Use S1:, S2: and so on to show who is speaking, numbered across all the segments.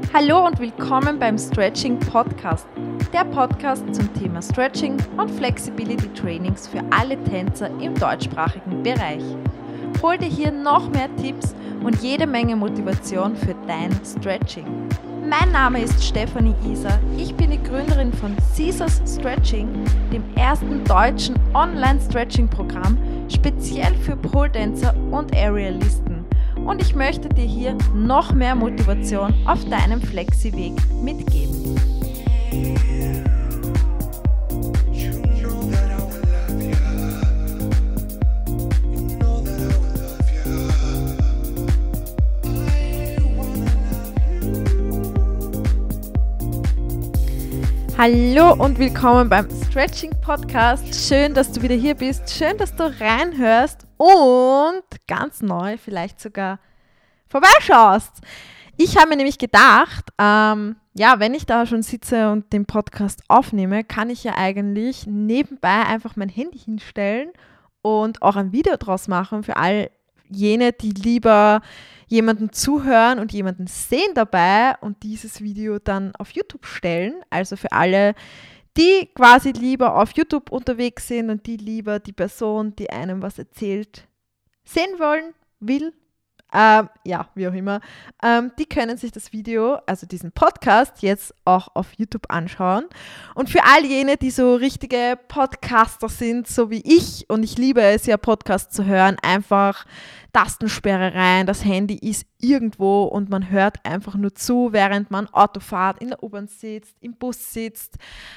S1: Hallo und willkommen beim Stretching Podcast, der Podcast zum Thema Stretching und Flexibility Trainings für alle Tänzer im deutschsprachigen Bereich. Hol dir hier noch mehr Tipps und jede Menge Motivation für dein Stretching. Mein Name ist Stefanie Iser, ich bin die Gründerin von Caesars Stretching, dem ersten deutschen Online-Stretching-Programm, speziell für Pole-Dancer und Aerialisten. Und ich möchte dir hier noch mehr Motivation auf deinem Flexi-Weg mitgeben. Hallo und willkommen beim Stretching Podcast. Schön, dass du wieder hier bist. Schön, dass du reinhörst und ganz neu vielleicht sogar vorbeischaust. Ich habe mir nämlich gedacht, wenn ich da schon sitze und den Podcast aufnehme, kann ich ja eigentlich nebenbei einfach mein Handy hinstellen und auch ein Video draus machen für all jene, die lieber jemanden zuhören und jemanden sehen dabei und dieses Video dann auf YouTube stellen. Also für alle, die quasi lieber auf YouTube unterwegs sind und die lieber die Person, die einem was erzählt, sehen will, wie auch immer, die können sich das Video, also diesen Podcast, jetzt auch auf YouTube anschauen. Und für all jene, die so richtige Podcaster sind, so wie ich, und ich liebe es ja, Podcasts zu hören, einfach Tastensperre rein, das Handy ist irgendwo und man hört einfach nur zu, während man Auto fährt, in der U-Bahn sitzt, im Bus sitzt,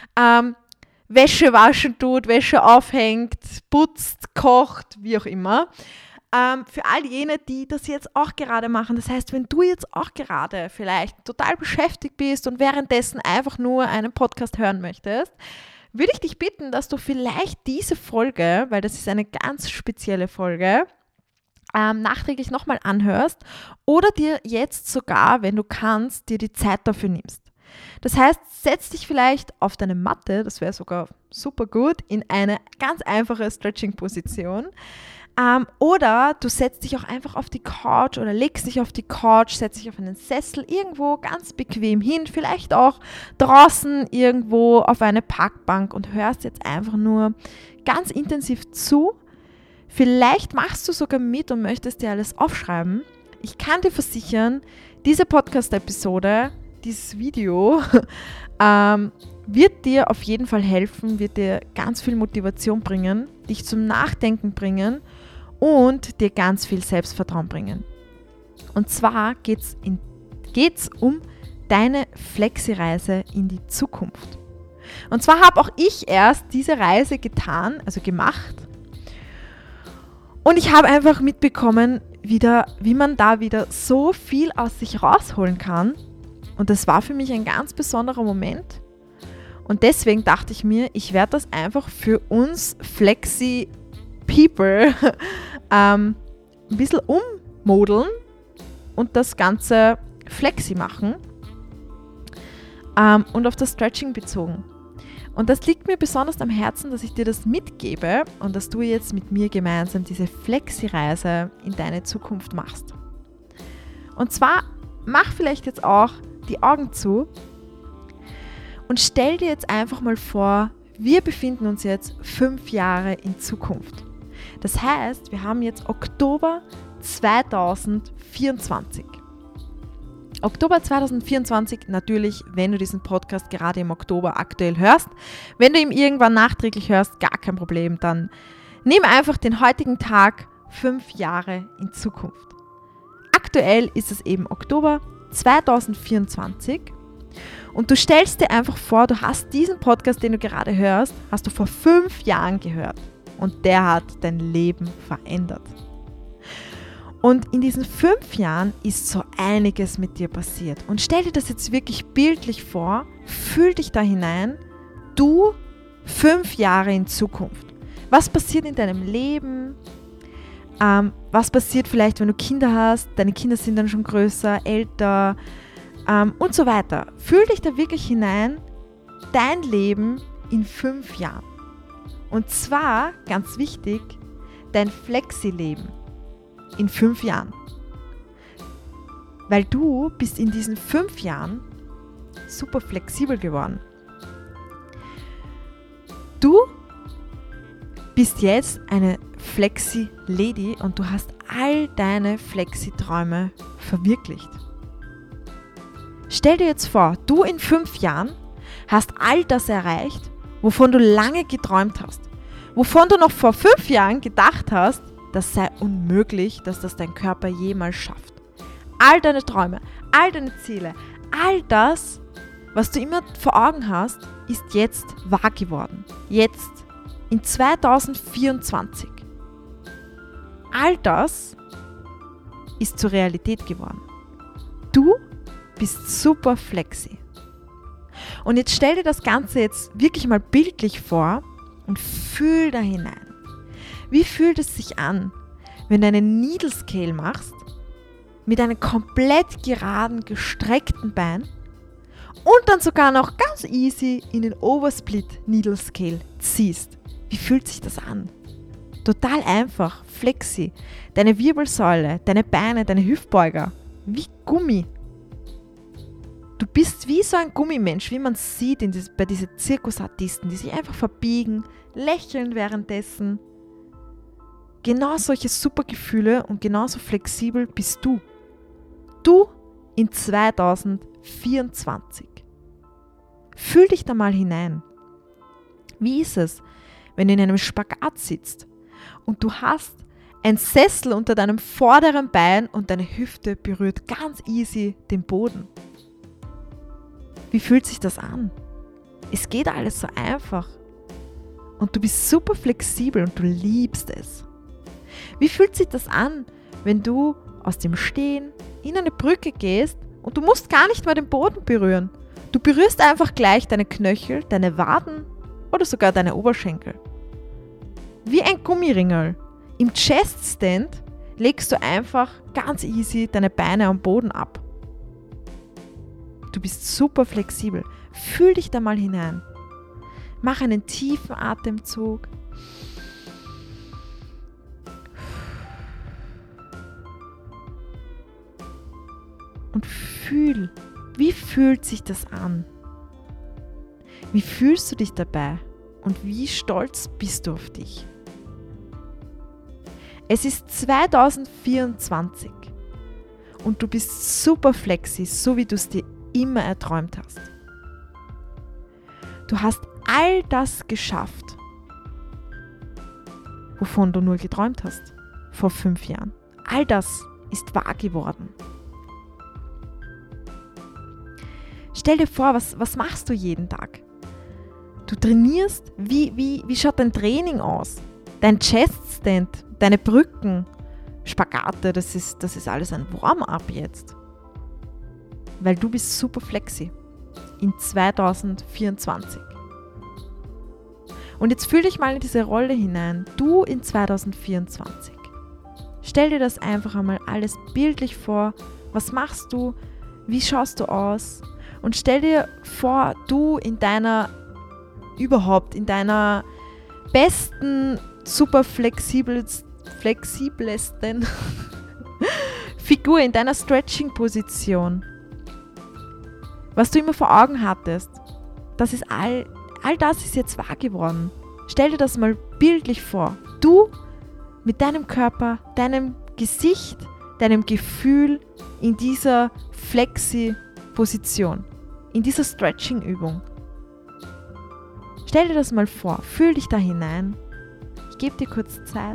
S1: Wäsche waschen tut, Wäsche aufhängt, putzt, kocht, wie auch immer. Für all jene, die das jetzt auch gerade machen, das heißt, wenn du jetzt auch gerade vielleicht total beschäftigt bist und währenddessen einfach nur einen Podcast hören möchtest, würde ich dich bitten, dass du vielleicht diese Folge, weil das ist eine ganz spezielle Folge, nachträglich nochmal anhörst oder dir jetzt sogar, wenn du kannst, dir die Zeit dafür nimmst. Das heißt, setz dich vielleicht auf deine Matte, das wäre sogar super gut, in eine ganz einfache Stretching-Position. Oder du setzt dich auch einfach auf die Couch oder legst dich auf die Couch, setzt dich auf einen Sessel irgendwo ganz bequem hin, vielleicht auch draußen irgendwo auf eine Parkbank und hörst jetzt einfach nur ganz intensiv zu. Vielleicht machst du sogar mit und möchtest dir alles aufschreiben. Ich kann dir versichern, diese Podcast-Episode, dieses Video wird dir auf jeden Fall helfen, wird dir ganz viel Motivation bringen, dich zum Nachdenken bringen und dir ganz viel Selbstvertrauen bringen. Und zwar geht's um deine Flexi-Reise in die Zukunft. Und zwar habe auch ich erst diese Reise gemacht. Und ich habe einfach mitbekommen, wie man da wieder so viel aus sich rausholen kann. Und das war für mich ein ganz besonderer Moment. Und deswegen dachte ich mir, ich werde das einfach für uns Flexi-People ein bisschen ummodeln und das Ganze Flexi machen und auf das Stretching bezogen. Und das liegt mir besonders am Herzen, dass ich dir das mitgebe und dass du jetzt mit mir gemeinsam diese Flexi-Reise in deine Zukunft machst. Und zwar mach vielleicht jetzt auch die Augen zu und stell dir jetzt einfach mal vor, wir befinden uns jetzt 5 Jahre in Zukunft. Das heißt, wir haben jetzt Oktober 2024. Oktober 2024, natürlich, wenn du diesen Podcast gerade im Oktober aktuell hörst. Wenn du ihn irgendwann nachträglich hörst, gar kein Problem, dann nimm einfach den heutigen Tag 5 Jahre in Zukunft. Aktuell ist es eben Oktober 2024 und du stellst dir einfach vor, du hast diesen Podcast, den du gerade hörst, hast du vor 5 Jahren gehört und der hat dein Leben verändert. Und in diesen 5 Jahren ist so einiges mit dir passiert. Und stell dir das jetzt wirklich bildlich vor, fühl dich da hinein, du 5 Jahre in Zukunft. Was passiert in deinem Leben? Was passiert vielleicht, wenn du Kinder hast? Deine Kinder sind dann schon größer, älter und so weiter. Fühl dich da wirklich hinein, dein Leben in 5 Jahren. Und zwar, ganz wichtig, dein Flexi-Leben in 5 Jahren. Weil du bist in diesen 5 Jahren super flexibel geworden. Du bist jetzt eine Flexi-Lady und du hast all deine Flexi-Träume verwirklicht. Stell dir jetzt vor, du in 5 Jahren hast all das erreicht, wovon du lange geträumt hast. Wovon du noch vor 5 Jahren gedacht hast, das sei unmöglich, dass das dein Körper jemals schafft. All deine Träume, all deine Ziele, all das, was du immer vor Augen hast, ist jetzt wahr geworden. Jetzt, in 2024. All das ist zur Realität geworden. Du bist super flexi. Und jetzt stell dir das Ganze jetzt wirklich mal bildlich vor und fühl da hinein. Wie fühlt es sich an, wenn du eine Needle Scale machst, mit einem komplett geraden, gestreckten Bein und dann sogar noch ganz easy in den Oversplit Needle Scale ziehst? Wie fühlt sich das an? Total einfach, flexi. Deine Wirbelsäule, deine Beine, deine Hüftbeuger, wie Gummi. Du bist wie so ein Gummimensch, wie man es sieht bei diesen Zirkusartisten, die sich einfach verbiegen, lächeln währenddessen. Genau solche super Gefühle und genauso flexibel bist du. Du in 2024. Fühl dich da mal hinein. Wie ist es, wenn du in einem Spagat sitzt und du hast einen Sessel unter deinem vorderen Bein und deine Hüfte berührt ganz easy den Boden? Wie fühlt sich das an? Es geht alles so einfach. Und du bist super flexibel und du liebst es. Wie fühlt sich das an, wenn du aus dem Stehen in eine Brücke gehst und du musst gar nicht mal den Boden berühren? Du berührst einfach gleich deine Knöchel, deine Waden oder sogar deine Oberschenkel. Wie ein Gummiringel. Im Chest-Stand legst du einfach ganz easy deine Beine am Boden ab. Du bist super flexibel. Fühl dich da mal hinein. Mach einen tiefen Atemzug. Und fühl, wie fühlt sich das an? Wie fühlst du dich dabei? Und wie stolz bist du auf dich? Es ist 2024 und du bist super flexi, so wie du es dir immer erträumt hast. Du hast all das geschafft, wovon du nur geträumt hast vor 5 Jahren. All das ist wahr geworden. Stell dir vor, was machst du jeden Tag? Du trainierst, wie schaut dein Training aus? Dein Chest-Stand, deine Brücken, Spagate, das ist alles ein Warm-up jetzt. Weil du bist super flexi in 2024. Und jetzt fühl dich mal in diese Rolle hinein. Du in 2024. Stell dir das einfach einmal alles bildlich vor. Was machst du? Wie schaust du aus? Und stell dir vor, du in deiner besten, super flexibelsten Figur, in deiner Stretching-Position. Was du immer vor Augen hattest, das ist all das ist jetzt wahr geworden. Stell dir das mal bildlich vor. Du mit deinem Körper, deinem Gesicht, deinem Gefühl in dieser Flexi-Position, in dieser Stretching-Übung. Stell dir das mal vor, fühl dich da hinein. Ich gebe dir kurz Zeit.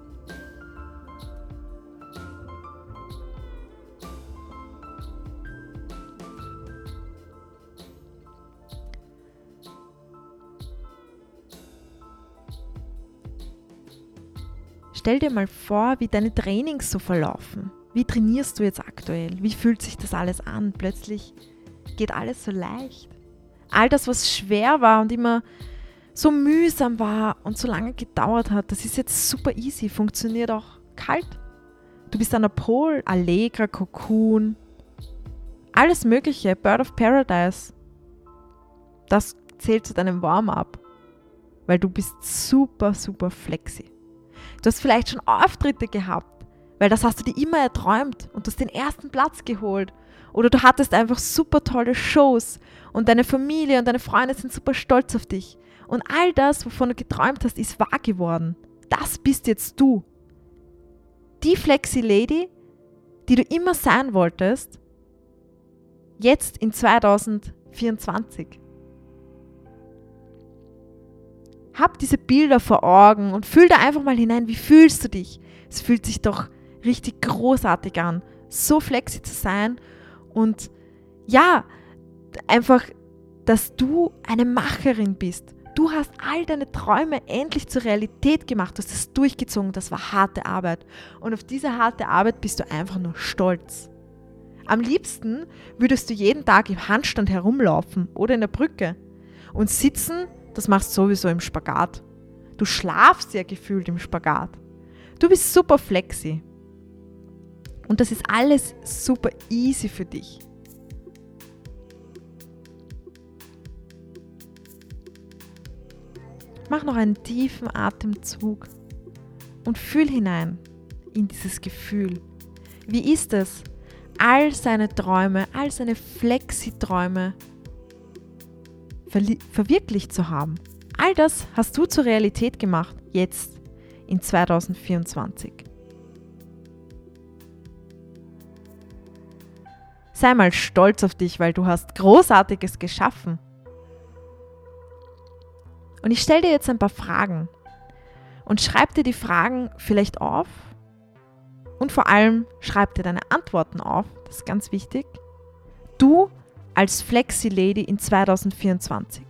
S1: Stell dir mal vor, wie deine Trainings so verlaufen. Wie trainierst du jetzt aktuell? Wie fühlt sich das alles an? Plötzlich geht alles so leicht. All das, was schwer war und immer so mühsam war und so lange gedauert hat, das ist jetzt super easy, funktioniert auch kalt. Du bist an der Pole, Allegra, Cocoon, alles mögliche, Bird of Paradise. Das zählt zu deinem Warm-up, weil du bist super, super flexi. Du hast vielleicht schon Auftritte gehabt, Weil das hast du dir immer erträumt und du hast den ersten Platz geholt. Oder du hattest einfach super tolle Shows und deine Familie und deine Freunde sind super stolz auf dich. Und all das, wovon du geträumt hast, ist wahr geworden. Das bist jetzt du. Die Flexi-Lady, die du immer sein wolltest, jetzt in 2024. Hab diese Bilder vor Augen und fühl da einfach mal hinein, wie fühlst du dich? Es fühlt sich doch richtig großartig an, so flexi zu sein und ja, einfach, dass du eine Macherin bist. Du hast all deine Träume endlich zur Realität gemacht, du hast es durchgezogen, das war harte Arbeit und auf diese harte Arbeit bist du einfach nur stolz. Am liebsten würdest du jeden Tag im Handstand herumlaufen oder in der Brücke und sitzen, das machst du sowieso im Spagat. Du schlafst ja gefühlt im Spagat. Du bist super flexi. Und das ist alles super easy für dich. Mach noch einen tiefen Atemzug und fühl hinein in dieses Gefühl. Wie ist es, all seine Träume, all seine Flexi-Träume verwirklicht zu haben? All das hast du zur Realität gemacht, jetzt in 2024. Sei mal stolz auf dich, weil du hast Großartiges geschaffen. Und ich stelle dir jetzt ein paar Fragen und schreib dir die Fragen vielleicht auf und vor allem schreib dir deine Antworten auf, das ist ganz wichtig. Du als Flexi-Lady in 2024.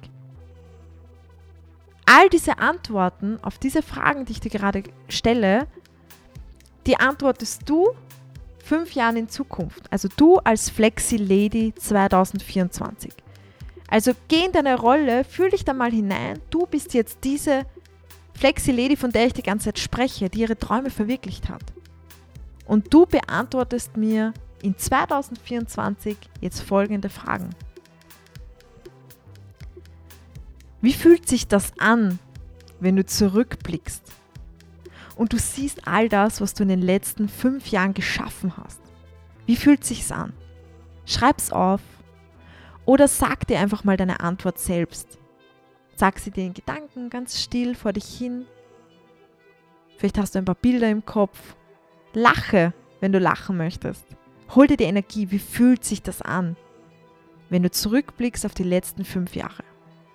S1: All diese Antworten auf diese Fragen, die ich dir gerade stelle, die antwortest du 5 Jahren in Zukunft. Also du als Flexi-Lady 2024. Also geh in deine Rolle, fühl dich da mal hinein. Du bist jetzt diese Flexi-Lady, von der ich die ganze Zeit spreche, die ihre Träume verwirklicht hat. Und du beantwortest mir in 2024 jetzt folgende Fragen. Wie fühlt sich das an, wenn du zurückblickst und du siehst all das, was du in den letzten 5 Jahren geschaffen hast? Wie fühlt sich's an? Schreib's auf oder sag dir einfach mal deine Antwort selbst. Sag sie dir in Gedanken ganz still vor dich hin. Vielleicht hast du ein paar Bilder im Kopf. Lache, wenn du lachen möchtest. Hol dir die Energie. Wie fühlt sich das an, wenn du zurückblickst auf die letzten 5 Jahre?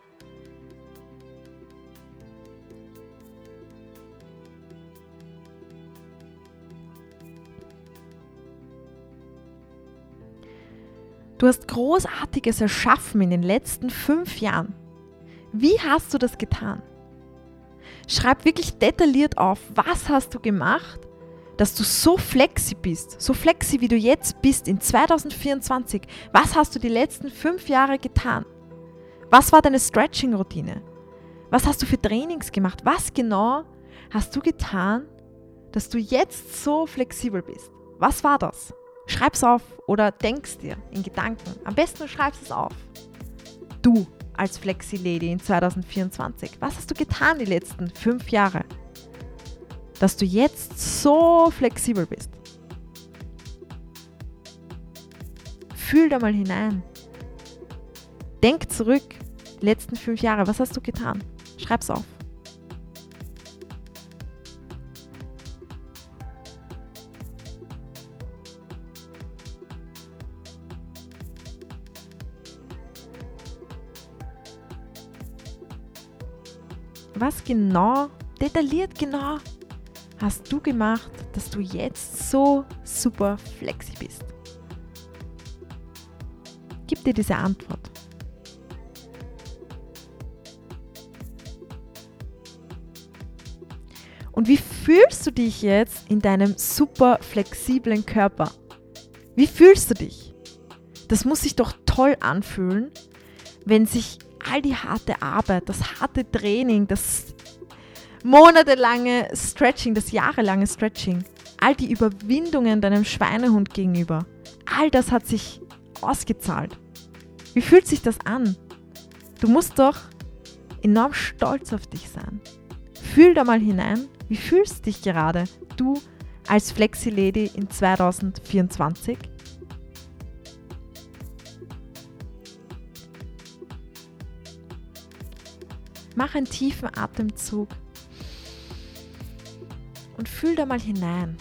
S1: Du hast Großartiges erschaffen in den letzten 5 Jahren. Wie hast du das getan? Schreib wirklich detailliert auf, was hast du gemacht, dass du so flexi bist, so flexi wie du jetzt bist in 2024. Was hast du die letzten 5 Jahre getan? Was war deine Stretching-Routine? Was hast du für Trainings gemacht? Was genau hast du getan, dass du jetzt so flexibel bist? Was war das? Schreib's auf oder denk's dir in Gedanken. Am besten du schreibst es auf. Du als Flexi-Lady in 2024. Was hast du getan die letzten 5 Jahre, dass du jetzt so flexibel bist? Fühl da mal hinein. Denk zurück, die letzten 5 Jahre. Was hast du getan? Schreib's auf. Was genau, detailliert genau, hast du gemacht, dass du jetzt so super flexi bist? Gib dir diese Antwort. Und wie fühlst du dich jetzt in deinem super flexiblen Körper? Wie fühlst du dich? Das muss sich doch toll anfühlen, wenn sich all die harte Arbeit, das harte Training, das monatelange Stretching, das jahrelange Stretching, all die Überwindungen deinem Schweinehund gegenüber, all das hat sich ausgezahlt. Wie fühlt sich das an? Du musst doch enorm stolz auf dich sein. Fühl da mal hinein, wie fühlst du dich gerade, du als Flexi-Lady in 2024? Mach einen tiefen Atemzug und fühl da mal hinein.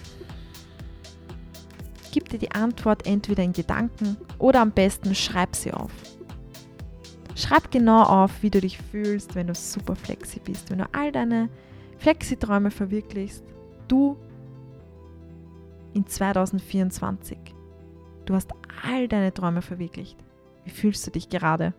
S1: Gib dir die Antwort entweder in Gedanken oder am besten schreib sie auf. Schreib genau auf, wie du dich fühlst, wenn du super flexi bist, wenn du all deine Flexi-Träume verwirklichst. Du in 2024. Du hast all deine Träume verwirklicht. Wie fühlst du dich gerade?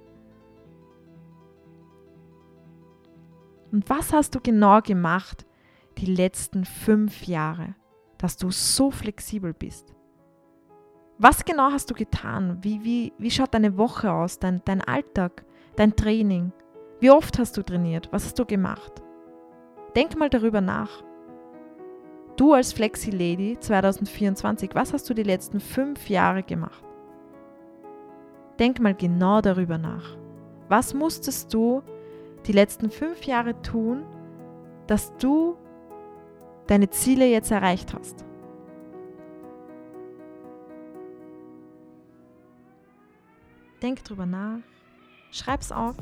S1: Und was hast du genau gemacht die letzten 5 Jahre, dass du so flexibel bist? Was genau hast du getan? Wie schaut deine Woche aus, dein Alltag, dein Training? Wie oft hast du trainiert? Was hast du gemacht? Denk mal darüber nach. Du als Flexi-Lady 2024, was hast du die letzten 5 Jahre gemacht? Denk mal genau darüber nach. Was musstest du die letzten 5 Jahre tun, dass du deine Ziele jetzt erreicht hast? Denk drüber nach, schreib's auf.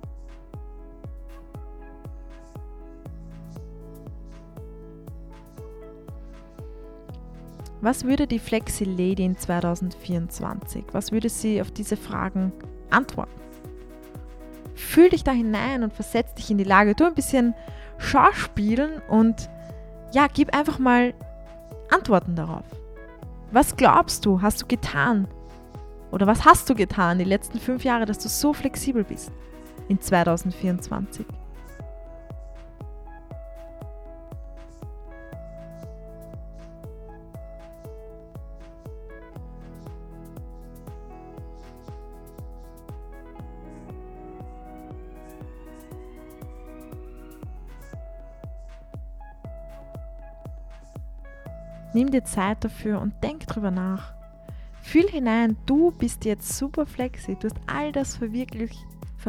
S1: Was würde die Flexi-Lady in 2024, was würde sie auf diese Fragen antworten? Fühl dich da hinein und versetz dich in die Lage. Tu ein bisschen Schauspielen und gib einfach mal Antworten darauf. Was glaubst du, hast du getan? Oder was hast du getan die letzten 5 Jahre, dass du so flexibel bist in 2024? Nimm dir Zeit dafür und denk drüber nach. Fühl hinein, du bist jetzt super flexi, du hast all das verwirklicht,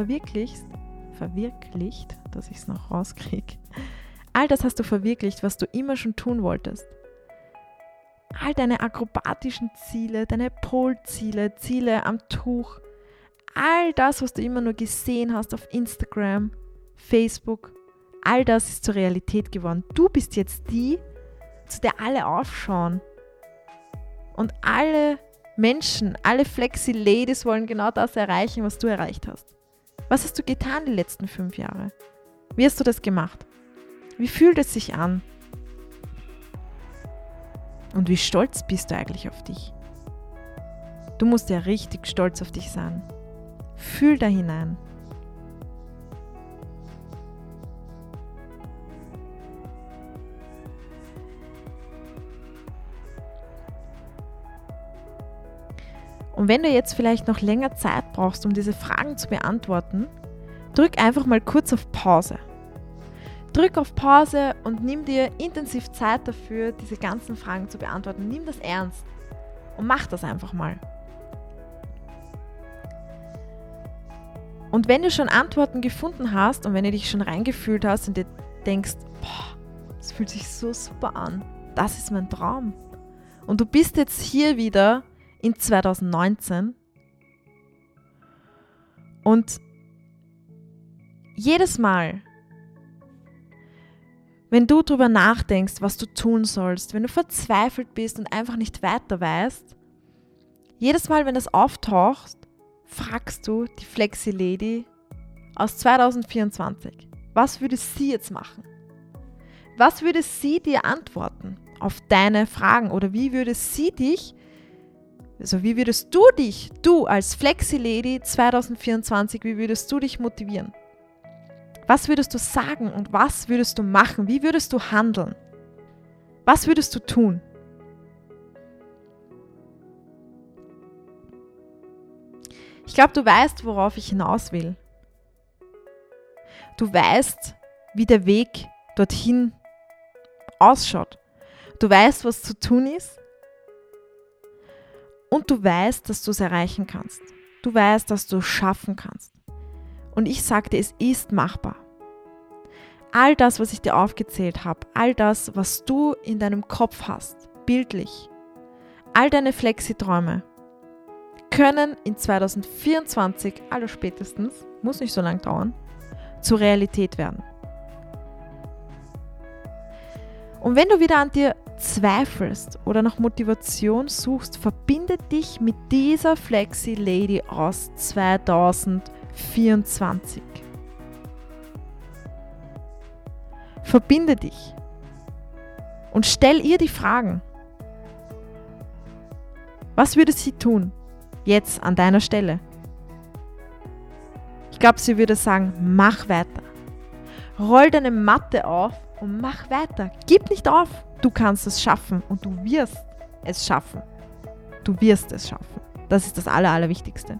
S1: dass ich es noch rauskriege. All das hast du verwirklicht, was du immer schon tun wolltest. All deine akrobatischen Ziele, deine Pole-Ziele, Ziele am Tuch, all das, was du immer nur gesehen hast auf Instagram, Facebook, all das ist zur Realität geworden. Du bist jetzt die, zu der alle aufschauen. Und alle Menschen, alle Flexi-Ladies wollen genau das erreichen, was du erreicht hast. Was hast du getan die letzten 5 Jahre? Wie hast du das gemacht? Wie fühlt es sich an? Und wie stolz bist du eigentlich auf dich? Du musst ja richtig stolz auf dich sein. Fühl da hinein. Und wenn du jetzt vielleicht noch länger Zeit brauchst, um diese Fragen zu beantworten, drück einfach mal kurz auf Pause. Drück auf Pause und nimm dir intensiv Zeit dafür, diese ganzen Fragen zu beantworten. Nimm das ernst und mach das einfach mal. Und wenn du schon Antworten gefunden hast und wenn du dich schon reingefühlt hast und dir denkst, das fühlt sich so super an, das ist mein Traum. Und du bist jetzt hier wieder in 2019 und jedes Mal, wenn du darüber nachdenkst, was du tun sollst, wenn du verzweifelt bist und einfach nicht weiter weißt, jedes Mal, wenn das auftaucht, fragst du die Flexi-Lady aus 2024, was würde sie jetzt machen? Was würde sie dir antworten auf deine Fragen oder wie würde sie dich, also wie würdest du dich, du als Flexi-Lady 2024, wie würdest du dich motivieren? Was würdest du sagen und was würdest du machen? Wie würdest du handeln? Was würdest du tun? Ich glaube, du weißt, worauf ich hinaus will. Du weißt, wie der Weg dorthin ausschaut. Du weißt, was zu tun ist. Und du weißt, dass du es erreichen kannst. Du weißt, dass du es schaffen kannst. Und ich sagte, es ist machbar. all das, was ich dir aufgezählt habe, all das, was du in deinem Kopf hast, bildlich, all deine Flexi-Träume, können in 2024, allerspätestens, muss nicht so lange dauern, zur Realität werden. Und wenn du wieder an dir zweifelst oder nach Motivation suchst, verbinde dich mit dieser Flexi Lady aus 2024. Verbinde dich und stell ihr die Fragen. Was würde sie tun, jetzt an deiner Stelle? Ich glaube, sie würde sagen, mach weiter. Roll deine Matte auf und mach weiter. Gib nicht auf. Du kannst es schaffen und du wirst es schaffen. Du wirst es schaffen. Das ist das Allerwichtigste.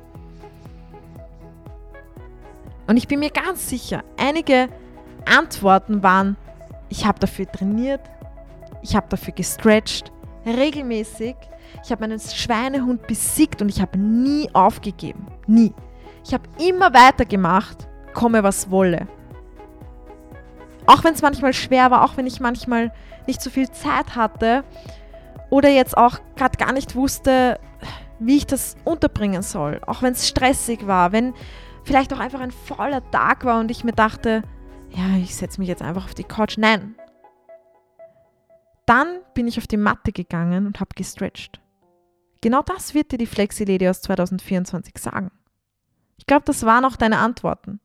S1: Und ich bin mir ganz sicher, einige Antworten waren, ich habe dafür trainiert, ich habe dafür gestretcht, regelmäßig. Ich habe meinen Schweinehund besiegt und ich habe nie aufgegeben. Nie. Ich habe immer weitergemacht, komme was wolle. Auch wenn es manchmal schwer war, auch wenn ich manchmal nicht so viel Zeit hatte oder jetzt auch gerade gar nicht wusste, wie ich das unterbringen soll. Auch wenn es stressig war, wenn vielleicht auch einfach ein fauler Tag war und ich mir dachte, ja, ich setze mich jetzt einfach auf die Couch. Nein. Dann bin ich auf die Matte gegangen und habe gestretcht. Genau das wird dir die Flexi Lady aus 2024 sagen. Ich glaube, das waren auch deine Antworten.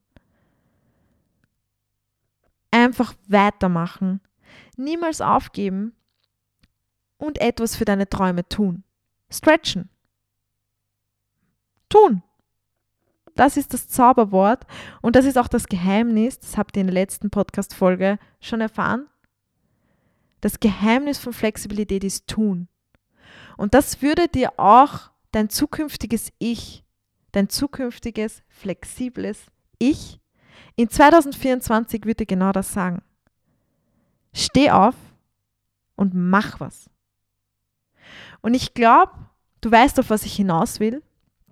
S1: Einfach weitermachen, niemals aufgeben und etwas für deine Träume tun. Stretchen. Tun. Das ist das Zauberwort und das ist auch das Geheimnis, das habt ihr in der letzten Podcast-Folge schon erfahren. Das Geheimnis von Flexibilität ist tun. Und das würde dir auch dein zukünftiges Ich, dein zukünftiges, flexibles Ich in 2024 würde genau das sagen. Steh auf und mach was. Und ich glaube, du weißt, auf was ich hinaus will.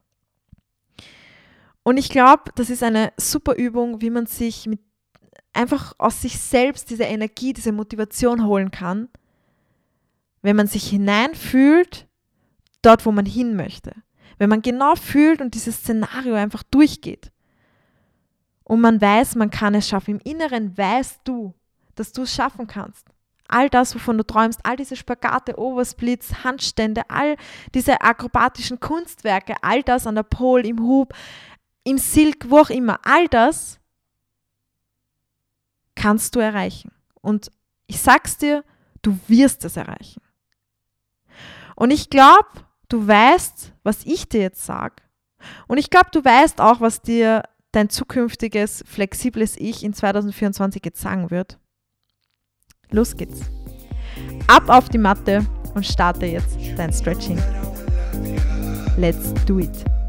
S1: Und ich glaube, das ist eine super Übung, wie man sich einfach aus sich selbst diese Energie, diese Motivation holen kann, wenn man sich hineinfühlt, dort, wo man hin möchte. Wenn man genau fühlt und dieses Szenario einfach durchgeht. Und man weiß, man kann es schaffen. Im Inneren weißt du, dass du es schaffen kannst. All das, wovon du träumst, all diese Spagate, Oversplits, Handstände, all diese akrobatischen Kunstwerke, all das an der Pole, im Hub, im Silk, wo auch immer, all das kannst du erreichen. Und ich sag's dir, du wirst es erreichen. Und ich glaube, du weißt, was ich dir jetzt sage. Und ich glaube, du weißt auch, was dir dein zukünftiges, flexibles Ich in 2024 jetzt sagen wird. Los geht's. Ab auf die Matte und starte jetzt dein Stretching. Let's do it.